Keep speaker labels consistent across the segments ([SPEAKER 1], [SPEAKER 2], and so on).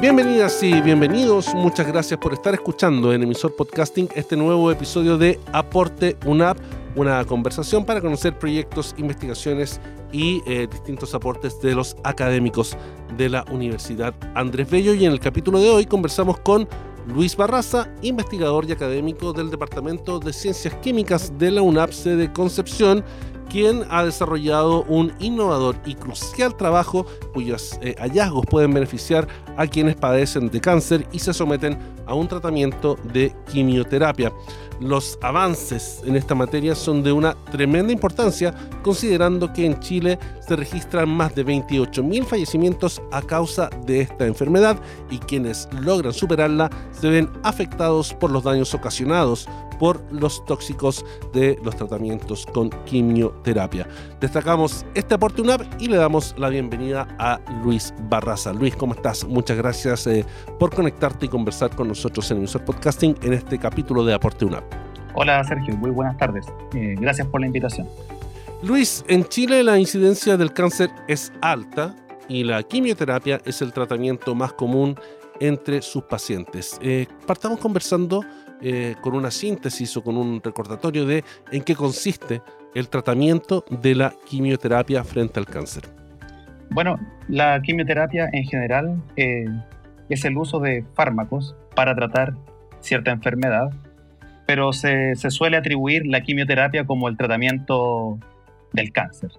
[SPEAKER 1] Bienvenidas y bienvenidos, muchas gracias por estar escuchando en Emisor Podcasting este nuevo episodio de Aporte UNAP, una conversación para conocer proyectos, investigaciones y distintos aportes de los académicos de la Universidad Andrés Bello. Y en el capítulo de hoy conversamos con Luis Barraza, investigador y académico del Departamento de Ciencias Químicas de la UNAP sede Concepción, quien ha desarrollado un innovador y crucial trabajo cuyos hallazgos pueden beneficiar a quienes padecen de cáncer y se someten a un tratamiento de quimioterapia. Los avances en esta materia son de una tremenda importancia, considerando que en Chile se registran más de 28.000 fallecimientos a causa de esta enfermedad y quienes logran superarla se ven afectados por los daños ocasionados por los tóxicos de los tratamientos con quimioterapia. Destacamos este aporte UNAP y le damos la bienvenida a Luis Barraza. Luis, ¿cómo estás? Muchas gracias por conectarte y conversar con nosotros en Emisor Podcasting en este capítulo de Aporte UNAP.
[SPEAKER 2] Hola Sergio, muy buenas tardes. Gracias por la invitación.
[SPEAKER 1] Luis, en Chile la incidencia del cáncer es alta y la quimioterapia es el tratamiento más común entre sus pacientes. Partamos conversando con una síntesis o con un recordatorio de en qué consiste el tratamiento de la quimioterapia frente al cáncer.
[SPEAKER 2] Bueno, la quimioterapia en general es el uso de fármacos para tratar cierta enfermedad, pero se suele atribuir la quimioterapia como el tratamiento del cáncer.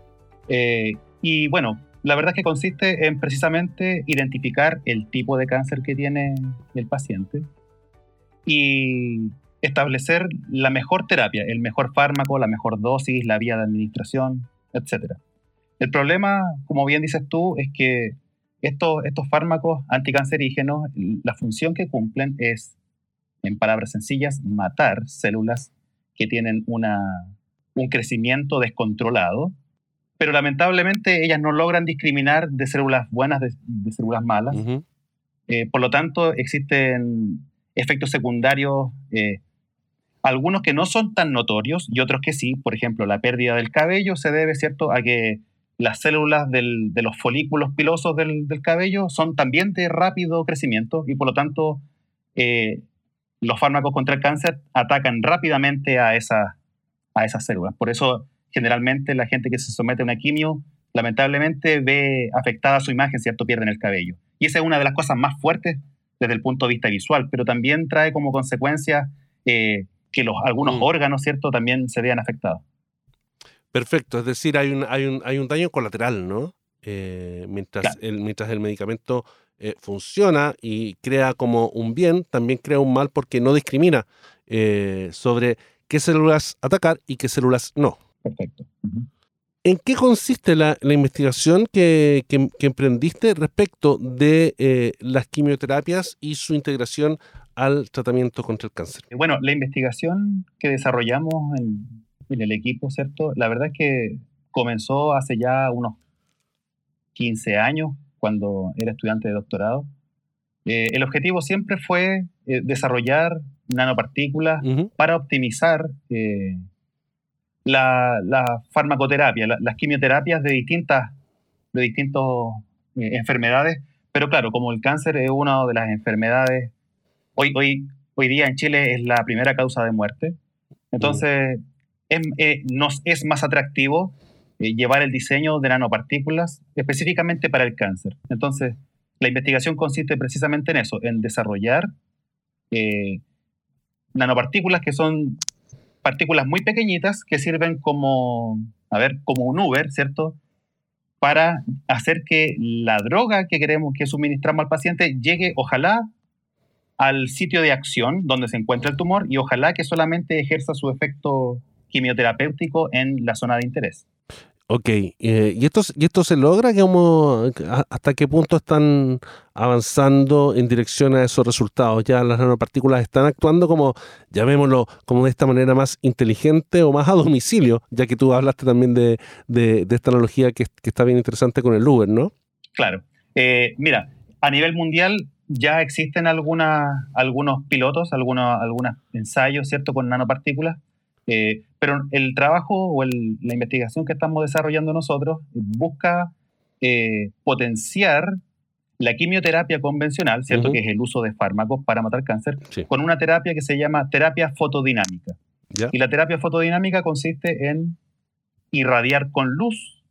[SPEAKER 2] Y bueno, la verdad es que consiste en precisamente identificar el tipo de cáncer que tiene el paciente y establecer la mejor terapia, el mejor fármaco, la mejor dosis, la vía de administración, etc. El problema, como bien dices tú, es que estos fármacos anticancerígenos, la función que cumplen es, en palabras sencillas, matar células que tienen un crecimiento descontrolado, pero lamentablemente ellas no logran discriminar de células buenas de células malas.
[SPEAKER 1] Uh-huh.
[SPEAKER 2] Por lo tanto, existen efectos secundarios, algunos que no son tan notorios y otros que sí. Por ejemplo, la pérdida del cabello se debe, ¿cierto?, a que las células de los folículos pilosos del cabello son también de rápido crecimiento y por lo tanto los fármacos contra el cáncer atacan rápidamente a esas células. Por eso generalmente la gente que se somete a una quimio lamentablemente ve afectada su imagen, ¿cierto?, pierden el cabello. Y esa es una de las cosas más fuertes desde el punto de vista visual, pero también trae como consecuencia que algunos órganos, ¿cierto?, también se vean afectados.
[SPEAKER 1] Perfecto, es decir, hay un daño colateral, ¿no? Mientras el medicamento funciona y crea como un bien, también crea un mal porque no discrimina sobre qué células atacar y qué células no.
[SPEAKER 2] Perfecto. Uh-huh.
[SPEAKER 1] ¿En qué consiste la investigación que emprendiste respecto de las quimioterapias y su integración al tratamiento contra el cáncer?
[SPEAKER 2] Bueno, la investigación que desarrollamos en el equipo, ¿cierto? La verdad es que comenzó hace ya unos 15 años, cuando era estudiante de doctorado. El objetivo siempre fue desarrollar nanopartículas para optimizar la farmacoterapia, las quimioterapias de distintas enfermedades, pero claro, como el cáncer es una de las enfermedades, hoy día en Chile es la primera causa de muerte, entonces nos es más atractivo llevar el diseño de nanopartículas específicamente para el cáncer. Entonces, la investigación consiste precisamente en eso, en desarrollar nanopartículas que son partículas muy pequeñitas que sirven como un Uber, ¿cierto?, para hacer que la droga que queremos que suministramos al paciente llegue, ojalá, al sitio de acción donde se encuentra el tumor y ojalá que solamente ejerza su efecto quimioterapéutico en la zona de interés.
[SPEAKER 1] Ok, ¿y esto se logra? ¿Hasta qué punto están avanzando en dirección a esos resultados? ¿Ya las nanopartículas están actuando como, llamémoslo, como de esta manera más inteligente o más a domicilio? Ya que tú hablaste también de esta analogía que está bien interesante con el Uber, ¿no?
[SPEAKER 2] Claro. Mira, a nivel mundial ya existen algunos pilotos, algunos ensayos, ¿cierto?, con nanopartículas. Pero el trabajo o la investigación que estamos desarrollando nosotros busca potenciar la quimioterapia convencional, ¿cierto? Que es el uso de fármacos para matar cáncer, con una terapia que se llama terapia fotodinámica.
[SPEAKER 1] ¿Ya?
[SPEAKER 2] Y la terapia fotodinámica consiste en irradiar con luz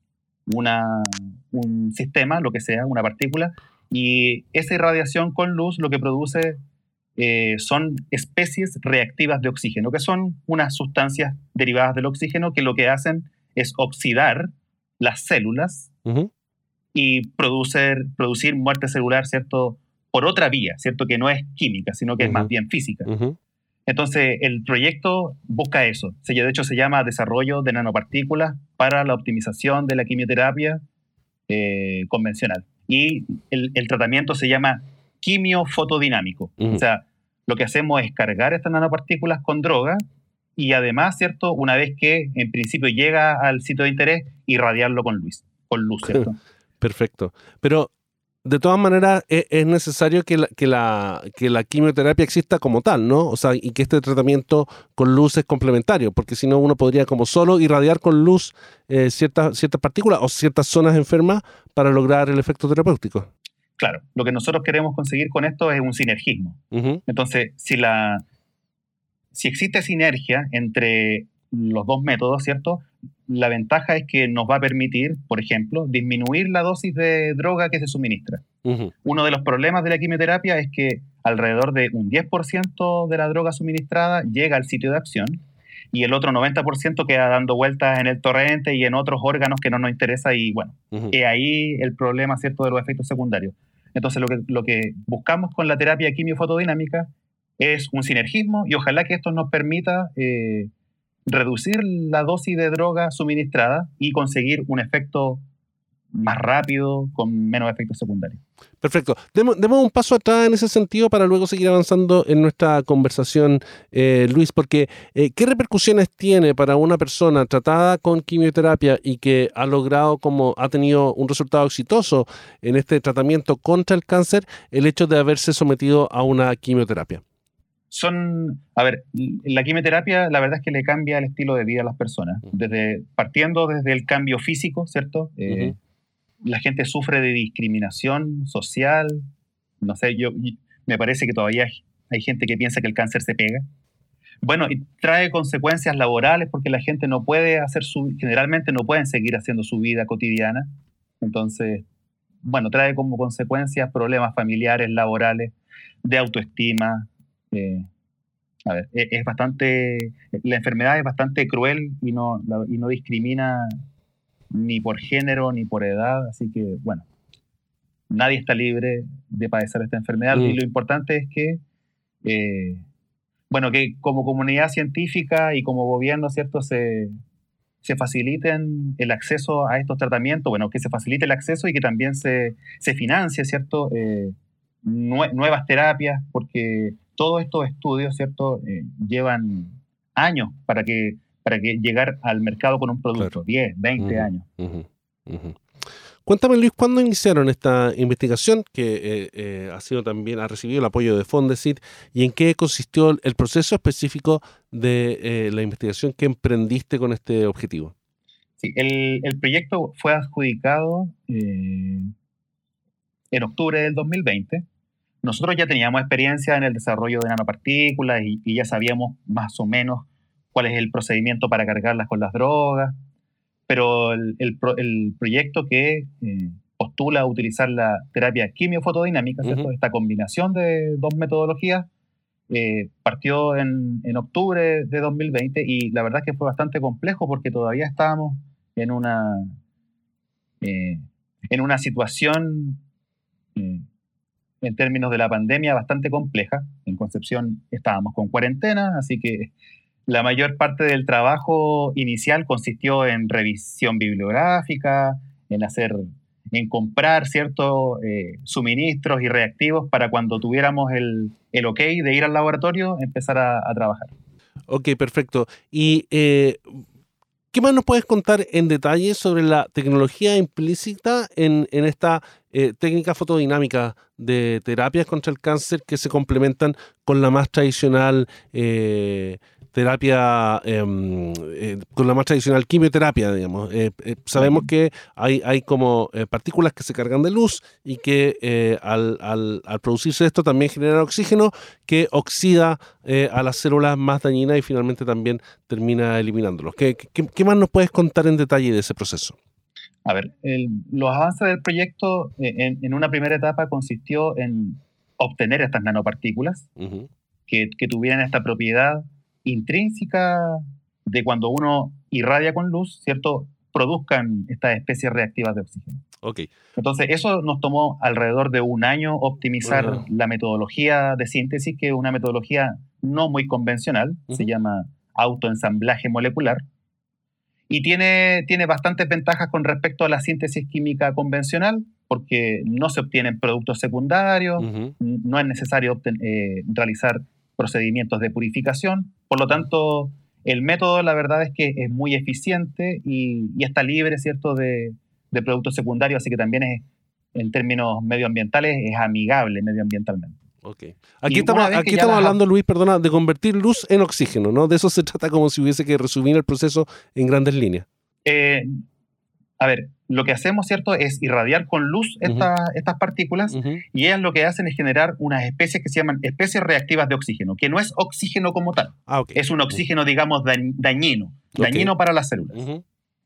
[SPEAKER 2] un sistema, lo que sea, una partícula, y esa irradiación con luz lo que produce son especies reactivas de oxígeno, que son unas sustancias derivadas del oxígeno que lo que hacen es oxidar las células y producir muerte celular, ¿cierto? Por otra vía, ¿cierto? Que no es química, sino que es más bien física. Entonces, el proyecto busca eso. De hecho, se llama Desarrollo de Nanopartículas para la Optimización de la Quimioterapia Convencional. Y el tratamiento se llama quimiofotodinámico. O sea, lo que hacemos es cargar estas nanopartículas con droga y además, ¿cierto? Una vez que en principio llega al sitio de interés, irradiarlo con luz, ¿cierto?
[SPEAKER 1] Perfecto. Pero de todas maneras es necesario que la quimioterapia exista como tal, ¿no? O sea, y que este tratamiento con luz es complementario, porque si no uno podría como solo irradiar con luz ciertas partículas o ciertas zonas enfermas para lograr el efecto terapéutico.
[SPEAKER 2] Claro, lo que nosotros queremos conseguir con esto es un sinergismo. Entonces, si existe sinergia entre los dos métodos, ¿cierto? La ventaja es que nos va a permitir, por ejemplo, disminuir la dosis de droga que se suministra. Uno de los problemas de la quimioterapia es que alrededor de un 10% de la droga suministrada llega al sitio de acción y el otro 90% queda dando vueltas en el torrente y en otros órganos que no nos interesa y bueno, es ahí el problema, ¿cierto?, de los efectos secundarios. Entonces lo que buscamos con la terapia quimiofotodinámica es un sinergismo y ojalá que esto nos permita reducir la dosis de droga suministrada y conseguir un efecto más rápido, con menos efectos secundarios.
[SPEAKER 1] Perfecto. Demos un paso atrás en ese sentido para luego seguir avanzando en nuestra conversación, Luis, porque ¿qué repercusiones tiene para una persona tratada con quimioterapia y que ha tenido un resultado exitoso en este tratamiento contra el cáncer, el hecho de haberse sometido a una quimioterapia?
[SPEAKER 2] La quimioterapia, la verdad es que le cambia el estilo de vida a las personas, partiendo desde el cambio físico, ¿cierto? La gente sufre de discriminación social, no sé, me parece que todavía hay gente que piensa que el cáncer se pega. Bueno, y trae consecuencias laborales porque la gente no puede generalmente no pueden seguir haciendo su vida cotidiana, entonces, bueno, trae como consecuencias problemas familiares, laborales, de autoestima. La enfermedad es bastante cruel y no discrimina ni por género ni por edad, así que bueno, nadie está libre de padecer esta enfermedad y lo importante es que que como comunidad científica y como gobierno, ¿cierto?, se faciliten el acceso a estos tratamientos, que se facilite el acceso y que también se financie, ¿cierto?, nuevas terapias, porque todos estos estudios, ¿cierto?, llevan años para que llegar al mercado con un producto, claro. 10, 20 años.
[SPEAKER 1] Cuéntame, Luis, ¿cuándo iniciaron esta investigación que ha recibido el apoyo de Fondesit y en qué consistió el proceso específico de la investigación que emprendiste con este objetivo?
[SPEAKER 2] Sí, el proyecto fue adjudicado en octubre del 2020. Nosotros ya teníamos experiencia en el desarrollo de nanopartículas y ya sabíamos más o menos cuál es el procedimiento para cargarlas con las drogas, pero el proyecto que postula utilizar la terapia quimiofotodinámica, ¿cierto?, esta combinación de dos metodologías, partió en octubre de 2020 y la verdad es que fue bastante complejo porque todavía estábamos en una situación en términos de la pandemia bastante compleja. En Concepción estábamos con cuarentena, así que la mayor parte del trabajo inicial consistió en revisión bibliográfica, en comprar ciertos suministros y reactivos para cuando tuviéramos el ok de ir al laboratorio, empezar a trabajar.
[SPEAKER 1] Ok, perfecto. Y ¿qué más nos puedes contar en detalle sobre la tecnología implícita en esta técnica fotodinámica de terapias contra el cáncer que se complementan con la más tradicional terapia con la más tradicional quimioterapia, digamos. Sabemos que hay como partículas que se cargan de luz y que al producirse esto también generan oxígeno que oxida a las células más dañinas y finalmente también termina eliminándolos. ¿Qué más nos puedes contar en detalle de ese proceso?
[SPEAKER 2] A ver, los avances del proyecto en una primera etapa consistió en obtener estas nanopartículas que tuvieran esta propiedad intrínseca de cuando uno irradia con luz, ¿cierto? Produzcan estas especies reactivas de oxígeno.
[SPEAKER 1] Okay.
[SPEAKER 2] Entonces, eso nos tomó alrededor de un año optimizar la metodología de síntesis, que es una metodología no muy convencional, se llama autoensamblaje molecular, y tiene bastantes ventajas con respecto a la síntesis química convencional, porque no se obtienen productos secundarios, no es necesario realizar procedimientos de purificación, por lo tanto, el método, la verdad es que es muy eficiente y está libre, ¿cierto?, de productos secundarios, así que también es, en términos medioambientales, es amigable medioambientalmente.
[SPEAKER 1] Okay. Aquí estamos hablando, Luis, perdona, de convertir luz en oxígeno, ¿no? De eso se trata, como si hubiese que resumir el proceso en grandes líneas.
[SPEAKER 2] A ver, lo que hacemos, ¿cierto?, es irradiar con luz estas partículas y ellas lo que hacen es generar unas especies que se llaman especies reactivas de oxígeno, que no es oxígeno como tal.
[SPEAKER 1] Okay.
[SPEAKER 2] Es un oxígeno, digamos, dañino para las células.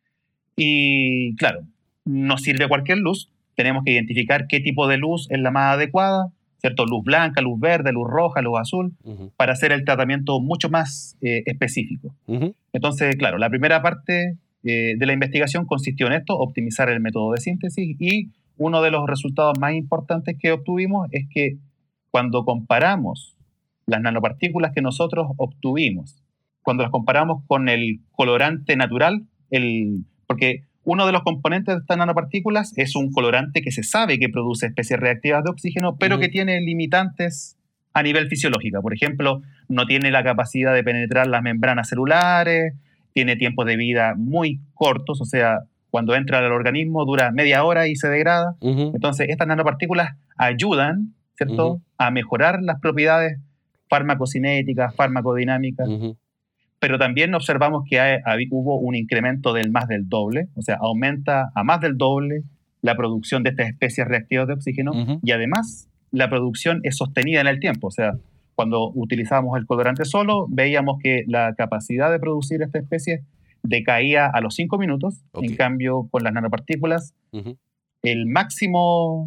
[SPEAKER 2] Y claro, no sirve cualquier luz, tenemos que identificar qué tipo de luz es la más adecuada, ¿cierto? Luz blanca, luz verde, luz roja, luz azul, para hacer el tratamiento mucho más específico. Entonces, claro, la primera parte de la investigación consistió en esto, optimizar el método de síntesis, y uno de los resultados más importantes que obtuvimos es que cuando comparamos las nanopartículas que nosotros obtuvimos, cuando las comparamos con el colorante natural, porque uno de los componentes de estas nanopartículas es un colorante que se sabe que produce especies reactivas de oxígeno, pero que tiene limitantes a nivel fisiológico. Por ejemplo, no tiene la capacidad de penetrar las membranas celulares, tiene tiempos de vida muy cortos, o sea, cuando entra al organismo dura media hora y se degrada. Entonces, estas nanopartículas ayudan, ¿cierto?, a mejorar las propiedades farmacocinéticas, farmacodinámicas. Pero también observamos que hubo un incremento del más del doble, o sea, aumenta a más del doble la producción de estas especies reactivas de oxígeno, y además la producción es sostenida en el tiempo. O sea, cuando utilizábamos el colorante solo, veíamos que la capacidad de producir esta especie decaía a los 5 minutos. En cambio, con las nanopartículas, el máximo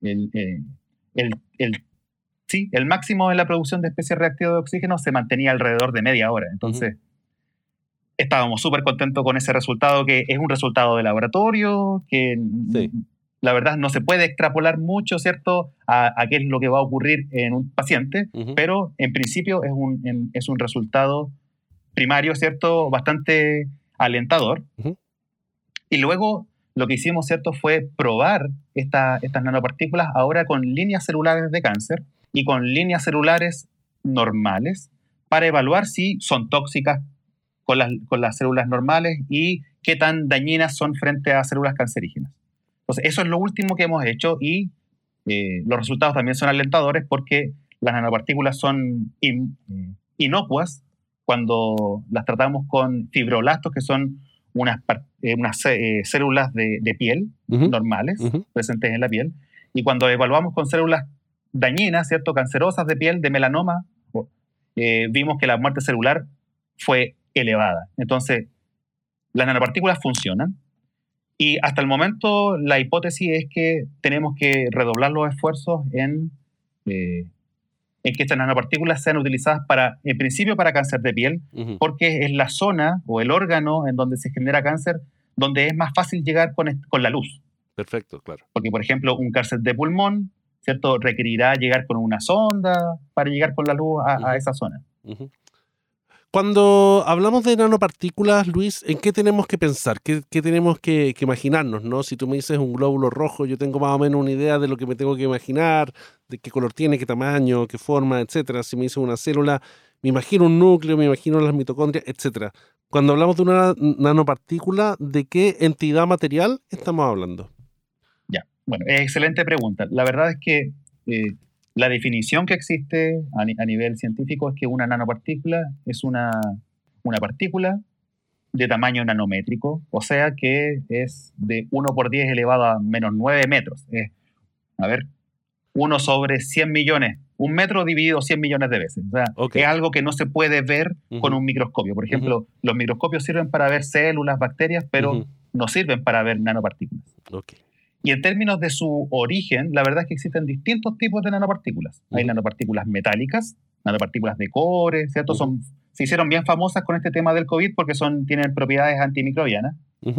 [SPEAKER 2] en la producción de especies reactivas de oxígeno se mantenía alrededor de media hora. Entonces, estábamos súper contentos con ese resultado, que es un resultado de laboratorio, que la verdad no se puede extrapolar mucho, ¿cierto?, a qué es lo que va a ocurrir en un paciente, pero en principio es un resultado primario, ¿cierto?, bastante alentador. Y luego lo que hicimos, ¿cierto?, fue probar estas nanopartículas ahora con líneas celulares de cáncer y con líneas celulares normales para evaluar si son tóxicas con las células normales y qué tan dañinas son frente a células cancerígenas. Entonces, eso es lo último que hemos hecho, y los resultados también son alentadores porque las nanopartículas son inocuas cuando las tratamos con fibroblastos, que son unas células de piel normales presentes en la piel, y cuando evaluamos con células dañinas, ¿cierto?, cancerosas de piel, de melanoma, vimos que la muerte celular fue elevada. Entonces, las nanopartículas funcionan, y hasta el momento la hipótesis es que tenemos que redoblar los esfuerzos en que estas nanopartículas sean utilizadas en principio para cáncer de piel, porque es la zona o el órgano en donde se genera cáncer donde es más fácil llegar con la luz.
[SPEAKER 1] Perfecto, claro.
[SPEAKER 2] Porque, por ejemplo, un cáncer de pulmón, ¿cierto?, requerirá llegar con una sonda para llegar con la luz a esa zona.
[SPEAKER 1] Cuando hablamos de nanopartículas, Luis, ¿en qué tenemos que pensar? ¿Qué tenemos que imaginarnos, ¿no? Si tú me dices un glóbulo rojo, yo tengo más o menos una idea de lo que me tengo que imaginar, de qué color tiene, qué tamaño, qué forma, etcétera. Si me dices una célula, me imagino un núcleo, me imagino las mitocondrias, etcétera. Cuando hablamos de una nanopartícula, ¿de qué entidad material estamos hablando?
[SPEAKER 2] Ya, bueno, es excelente pregunta. La verdad es que La definición que existe a nivel científico es que una nanopartícula es una partícula de tamaño nanométrico, o sea que es de 1 por 10 elevado a menos 9 metros. A ver, 1 sobre 100 millones, un metro dividido 100 millones de veces. O sea, es algo que no se puede ver con un microscopio. Por ejemplo, los microscopios sirven para ver células, bacterias, pero no sirven para ver nanopartículas. Y en términos de su origen, la verdad es que existen distintos tipos de nanopartículas. Hay nanopartículas metálicas, nanopartículas de cobre, ¿cierto? Se hicieron bien famosas con este tema del COVID porque tienen propiedades antimicrobianas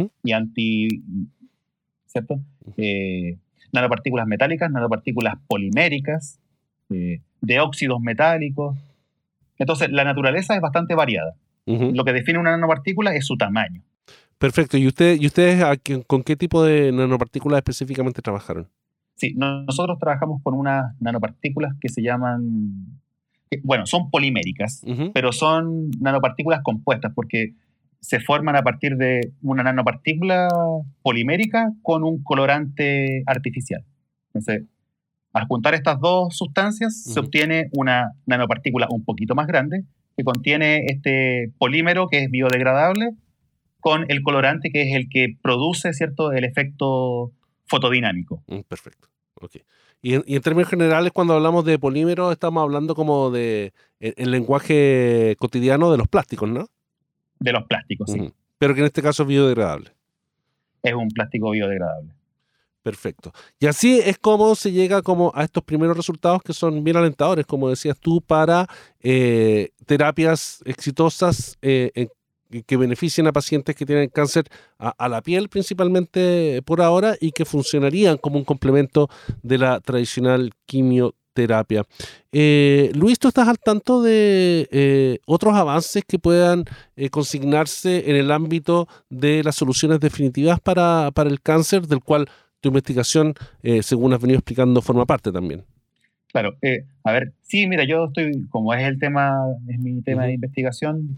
[SPEAKER 2] y ¿cierto? Nanopartículas metálicas, nanopartículas poliméricas, de óxidos metálicos. Entonces, la naturaleza es bastante variada. Lo que define una nanopartícula es su tamaño.
[SPEAKER 1] Perfecto. ¿Y ustedes con qué tipo de nanopartículas específicamente trabajaron?
[SPEAKER 2] Sí, nosotros trabajamos con unas nanopartículas que se llaman... Bueno, son poliméricas, pero son nanopartículas compuestas porque se forman a partir de una nanopartícula polimérica con un colorante artificial. Entonces, al juntar estas dos sustancias, se obtiene una nanopartícula un poquito más grande que contiene este polímero que es biodegradable con el colorante que es el que produce, ¿cierto?, el efecto fotodinámico.
[SPEAKER 1] Perfecto. Okay. Y en términos generales, cuando hablamos de polímeros, estamos hablando como de el lenguaje cotidiano de los plásticos, ¿no?
[SPEAKER 2] De los plásticos, sí.
[SPEAKER 1] Pero que en este caso es biodegradable.
[SPEAKER 2] Es un plástico biodegradable.
[SPEAKER 1] Perfecto. Y así es como se llega como a estos primeros resultados que son bien alentadores, como decías tú, para terapias exitosas que beneficien a pacientes que tienen cáncer a la piel principalmente por ahora y que funcionarían como un complemento de la tradicional quimioterapia. Luis, ¿tú estás al tanto de otros avances que puedan consignarse en el ámbito de las soluciones definitivas para el cáncer, del cual tu investigación, según has venido explicando, forma parte también?
[SPEAKER 2] Claro, a ver, sí, mira, yo estoy, como es mi tema de investigación,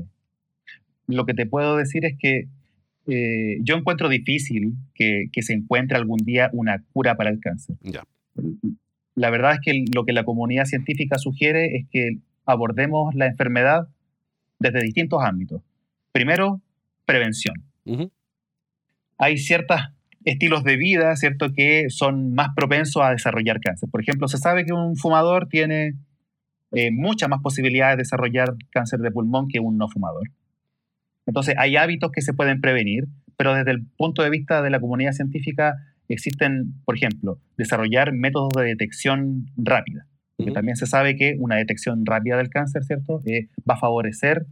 [SPEAKER 2] lo que te puedo decir es que yo encuentro difícil que se encuentre algún día una cura para el cáncer.
[SPEAKER 1] Ya.
[SPEAKER 2] La verdad es que lo que la comunidad científica sugiere es que abordemos la enfermedad desde distintos ámbitos. Primero, prevención. Hay ciertos estilos de vida, ¿cierto?, que son más propensos a desarrollar cáncer. Por ejemplo, se sabe que un fumador tiene muchas más posibilidades de desarrollar cáncer de pulmón que un no fumador. Entonces, hay hábitos que se pueden prevenir, pero desde el punto de vista de la comunidad científica existen, por ejemplo, desarrollar métodos de detección rápida. Porque también se sabe que una detección rápida del cáncer, ¿cierto?, va a favorecer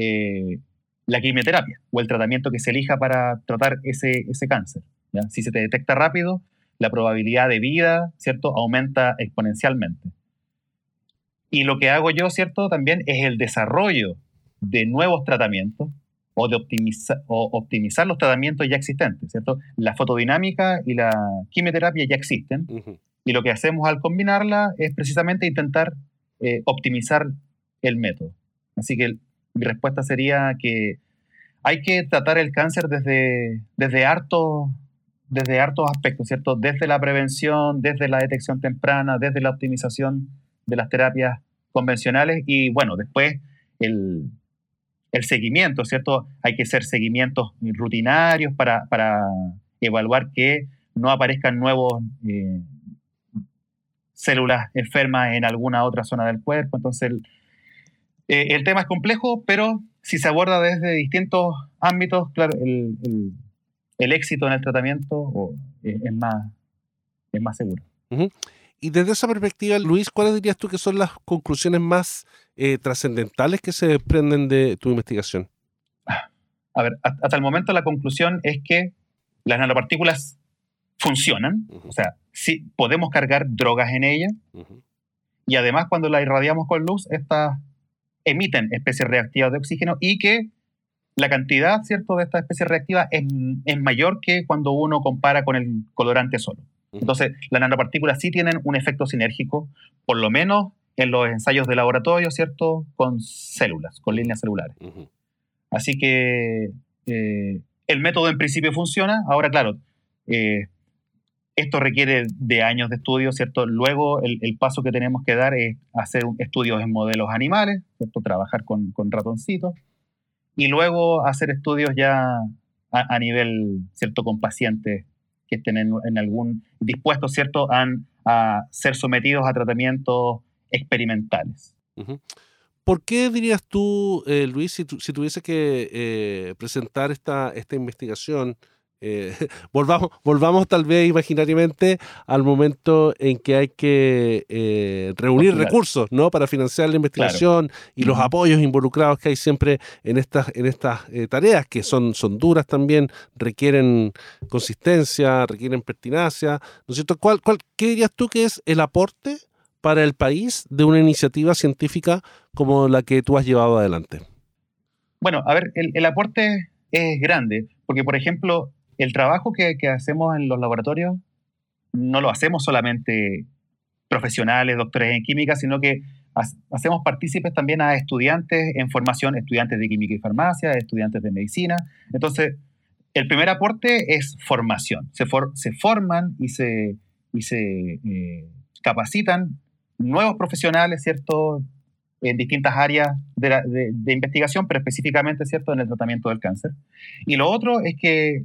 [SPEAKER 2] la quimioterapia o el tratamiento que se elija para tratar ese cáncer, ¿ya? Si se te detecta rápido, la probabilidad de vida, ¿cierto?, aumenta exponencialmente. Y lo que hago yo, ¿cierto?, también es el desarrollo de nuevos tratamientos o de optimizar los tratamientos ya existentes, ¿cierto? La fotodinámica y la quimioterapia ya existen, y lo que hacemos al combinarla es precisamente intentar optimizar el método. Así que mi respuesta sería que hay que tratar el cáncer desde hartos aspectos, ¿cierto? Desde la prevención, desde la detección temprana, desde la optimización de las terapias convencionales y, bueno, después el seguimiento, ¿cierto? Hay que hacer seguimientos rutinarios para evaluar que no aparezcan nuevos células enfermas en alguna otra zona del cuerpo. Entonces, el tema es complejo, pero si se aborda desde distintos ámbitos, claro, el éxito en el tratamiento es más seguro.
[SPEAKER 1] Y desde esa perspectiva, Luis, ¿cuáles dirías tú que son las conclusiones más trascendentales que se desprenden de tu investigación?
[SPEAKER 2] A ver, hasta el momento la conclusión es que las nanopartículas funcionan, o sea, sí podemos cargar drogas en ellas, y además cuando las irradiamos con luz, estas emiten especies reactivas de oxígeno y que la cantidad, ¿cierto?, de estas especies reactivas es mayor que cuando uno compara con el colorante solo. Entonces, las nanopartículas sí tienen un efecto sinérgico, por lo menos en los ensayos de laboratorio, ¿cierto?, con células, con líneas celulares. Así que el método en principio funciona. Ahora, claro, Esto requiere de años de estudio, ¿cierto? Luego el paso que tenemos que dar es hacer estudios en modelos animales, ¿cierto? Trabajar con ratoncitos, y luego hacer estudios ya a nivel, ¿cierto? Con pacientes que estén en algún dispuestos, ¿cierto? A ser sometidos a tratamientos experimentales.
[SPEAKER 1] Uh-huh. ¿Por qué dirías tú, Luis, si tuviese que presentar esta investigación, volvamos tal vez imaginariamente al momento en que hay que reunir recursos, ¿no?, para financiar la investigación, claro, y los apoyos involucrados que hay siempre en estas tareas, que son duras también, requieren consistencia, requieren pertinacia, ¿no es cierto? ¿Qué dirías tú que es el aporte para el país de una iniciativa científica como la que tú has llevado adelante?
[SPEAKER 2] Bueno, a ver, el aporte es grande, porque, por ejemplo, el trabajo que hacemos en los laboratorios no lo hacemos solamente profesionales, doctores en química, sino que hacemos partícipes también a estudiantes en formación, estudiantes de química y farmacia, estudiantes de medicina. Entonces, el primer aporte es formación. Se forman y se capacitan nuevos profesionales, ¿cierto?, en distintas áreas de investigación, pero específicamente, ¿cierto?, en el tratamiento del cáncer. Y lo otro es que,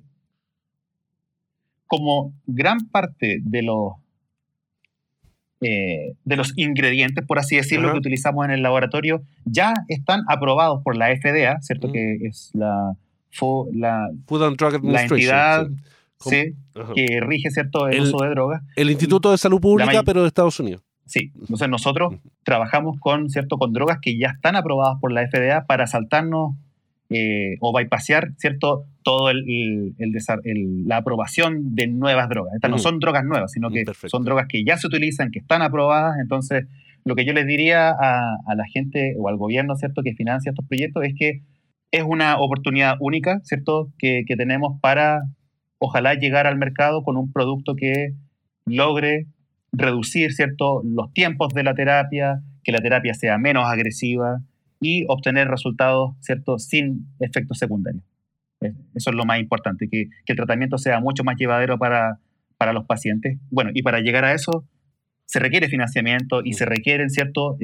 [SPEAKER 2] como gran parte de los ingredientes, por así decirlo, que utilizamos en el laboratorio, ya están aprobados por la FDA, ¿cierto?, que es la Food and Drug Administration, la entidad, sí, que rige, ¿cierto?, el uso de drogas.
[SPEAKER 1] El Instituto de Salud Pública, pero de Estados Unidos.
[SPEAKER 2] Sí, entonces nosotros trabajamos con drogas que ya están aprobadas por la FDA para saltarnos o bypassear, ¿cierto?, todo la aprobación de nuevas drogas. Estas no son drogas nuevas, sino que son drogas que ya se utilizan, que están aprobadas. Entonces, lo que yo les diría a la gente o al gobierno, ¿cierto?, que financia estos proyectos, es que es una oportunidad única, ¿cierto?, que tenemos para, ojalá, llegar al mercado con un producto que logre reducir, ¿cierto?, los tiempos de la terapia, que la terapia sea menos agresiva y obtener resultados, ¿cierto?, sin efectos secundarios. Eso es lo más importante, que el tratamiento sea mucho más llevadero para los pacientes. Bueno, y para llegar a eso se requiere financiamiento y se requiere, ¿cierto?,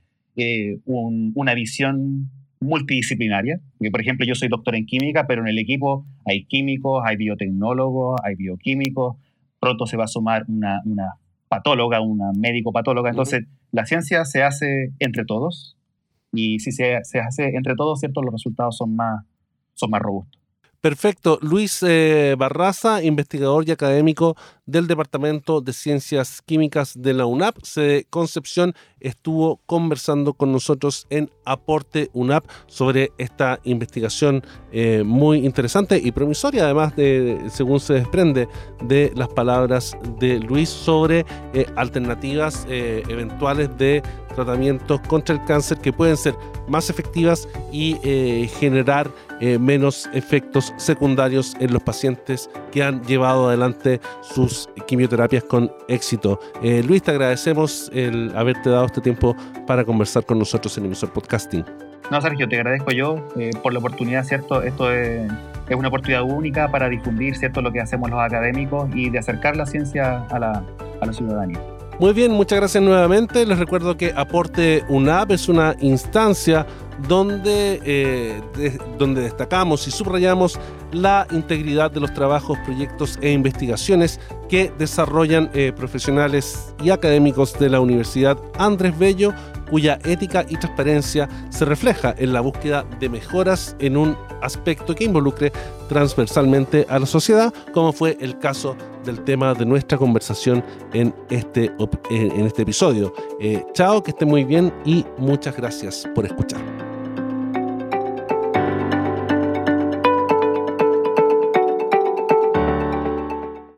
[SPEAKER 2] una visión multidisciplinaria. Porque, por ejemplo, yo soy doctor en química, pero en el equipo hay químicos, hay biotecnólogos, hay bioquímicos, pronto se va a sumar una patóloga, una médico-patóloga. Entonces, la ciencia se hace entre todos, y si se hace entre todos, ¿cierto?, los resultados son más robustos.
[SPEAKER 1] Perfecto. Luis Barraza, investigador y académico del Departamento de Ciencias Químicas de la UNAP, sede Concepción, estuvo conversando con nosotros en Aporte UNAP sobre esta investigación muy interesante y promisoria, además según se desprende de las palabras de Luis, sobre alternativas eventuales de tratamientos contra el cáncer que pueden ser más efectivas y generar menos efectos secundarios en los pacientes que han llevado adelante sus quimioterapias con éxito. Luis, te agradecemos el haberte dado este tiempo para conversar con nosotros en Emisor Podcasting.
[SPEAKER 2] No, Sergio, te agradezco yo por la oportunidad, ¿cierto? Esto es una oportunidad única para difundir, ¿cierto?, lo que hacemos los académicos y de acercar la ciencia a la ciudadanía.
[SPEAKER 1] Muy bien, muchas gracias nuevamente. Les recuerdo que Aporte UNAP es una instancia donde destacamos y subrayamos la integridad de los trabajos, proyectos e investigaciones que desarrollan profesionales y académicos de la Universidad Andrés Bello, cuya ética y transparencia se refleja en la búsqueda de mejoras en un aspecto que involucre transversalmente a la sociedad, como fue el caso del tema de nuestra conversación en este episodio. Chao, que esté muy bien y muchas gracias por escuchar.